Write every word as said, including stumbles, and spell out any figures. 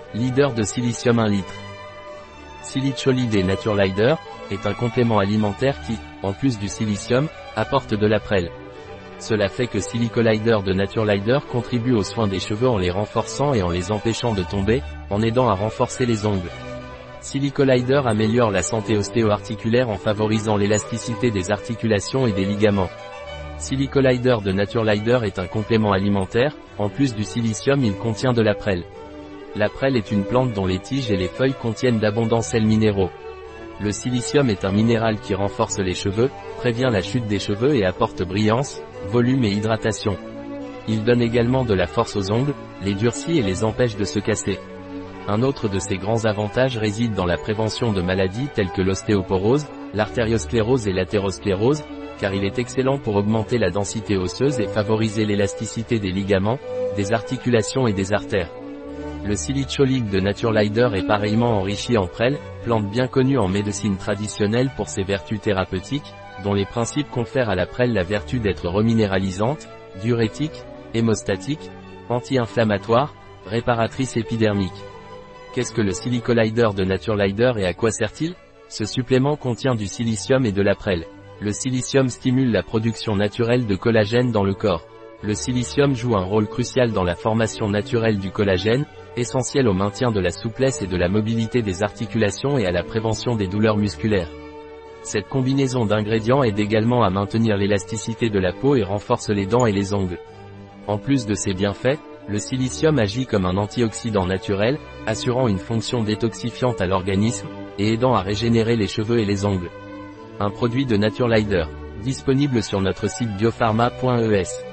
leader de silicium un litre. Silicholide Naturelider est un complément alimentaire qui, en plus du silicium, apporte de la prêle. Cela fait que Silicolider de Naturelider contribue aux soins des cheveux en les renforçant et en les empêchant de tomber, en aidant à renforcer les ongles. Silicolider améliore la santé ostéo-articulaire en favorisant l'élasticité des articulations et des ligaments. Silicolider de Naturelider est un complément alimentaire, en plus du silicium il contient de la prêle. La prêle est une plante dont les tiges et les feuilles contiennent d'abondants sels minéraux. Le silicium est un minéral qui renforce les cheveux, prévient la chute des cheveux et apporte brillance, volume et hydratation. Il donne également de la force aux ongles, les durcit et les empêche de se casser. Un autre de ses grands avantages réside dans la prévention de maladies telles que l'ostéoporose, l'artériosclérose et l'athérosclérose, car il est excellent pour augmenter la densité osseuse et favoriser l'élasticité des ligaments, des articulations et des artères. Le silicholide de Naturelider est pareillement enrichi en prêle, plante bien connue en médecine traditionnelle pour ses vertus thérapeutiques, dont les principes confèrent à la prêle la vertu d'être reminéralisante, diurétique, hémostatique, anti-inflammatoire, réparatrice épidermique. Qu'est-ce que le Silicolider de Naturelider et à quoi sert-il? Ce supplément contient du silicium et de la prêle. Le silicium stimule la production naturelle de collagène dans le corps. Le silicium joue un rôle crucial dans la formation naturelle du collagène, essentiel au maintien de la souplesse et de la mobilité des articulations et à la prévention des douleurs musculaires. Cette combinaison d'ingrédients aide également à maintenir l'élasticité de la peau et renforce les dents et les ongles. En plus de ces bienfaits, le silicium agit comme un antioxydant naturel, assurant une fonction détoxifiante à l'organisme, et aidant à régénérer les cheveux et les ongles. Un produit de Naturelider, disponible sur notre site biopharma point e s.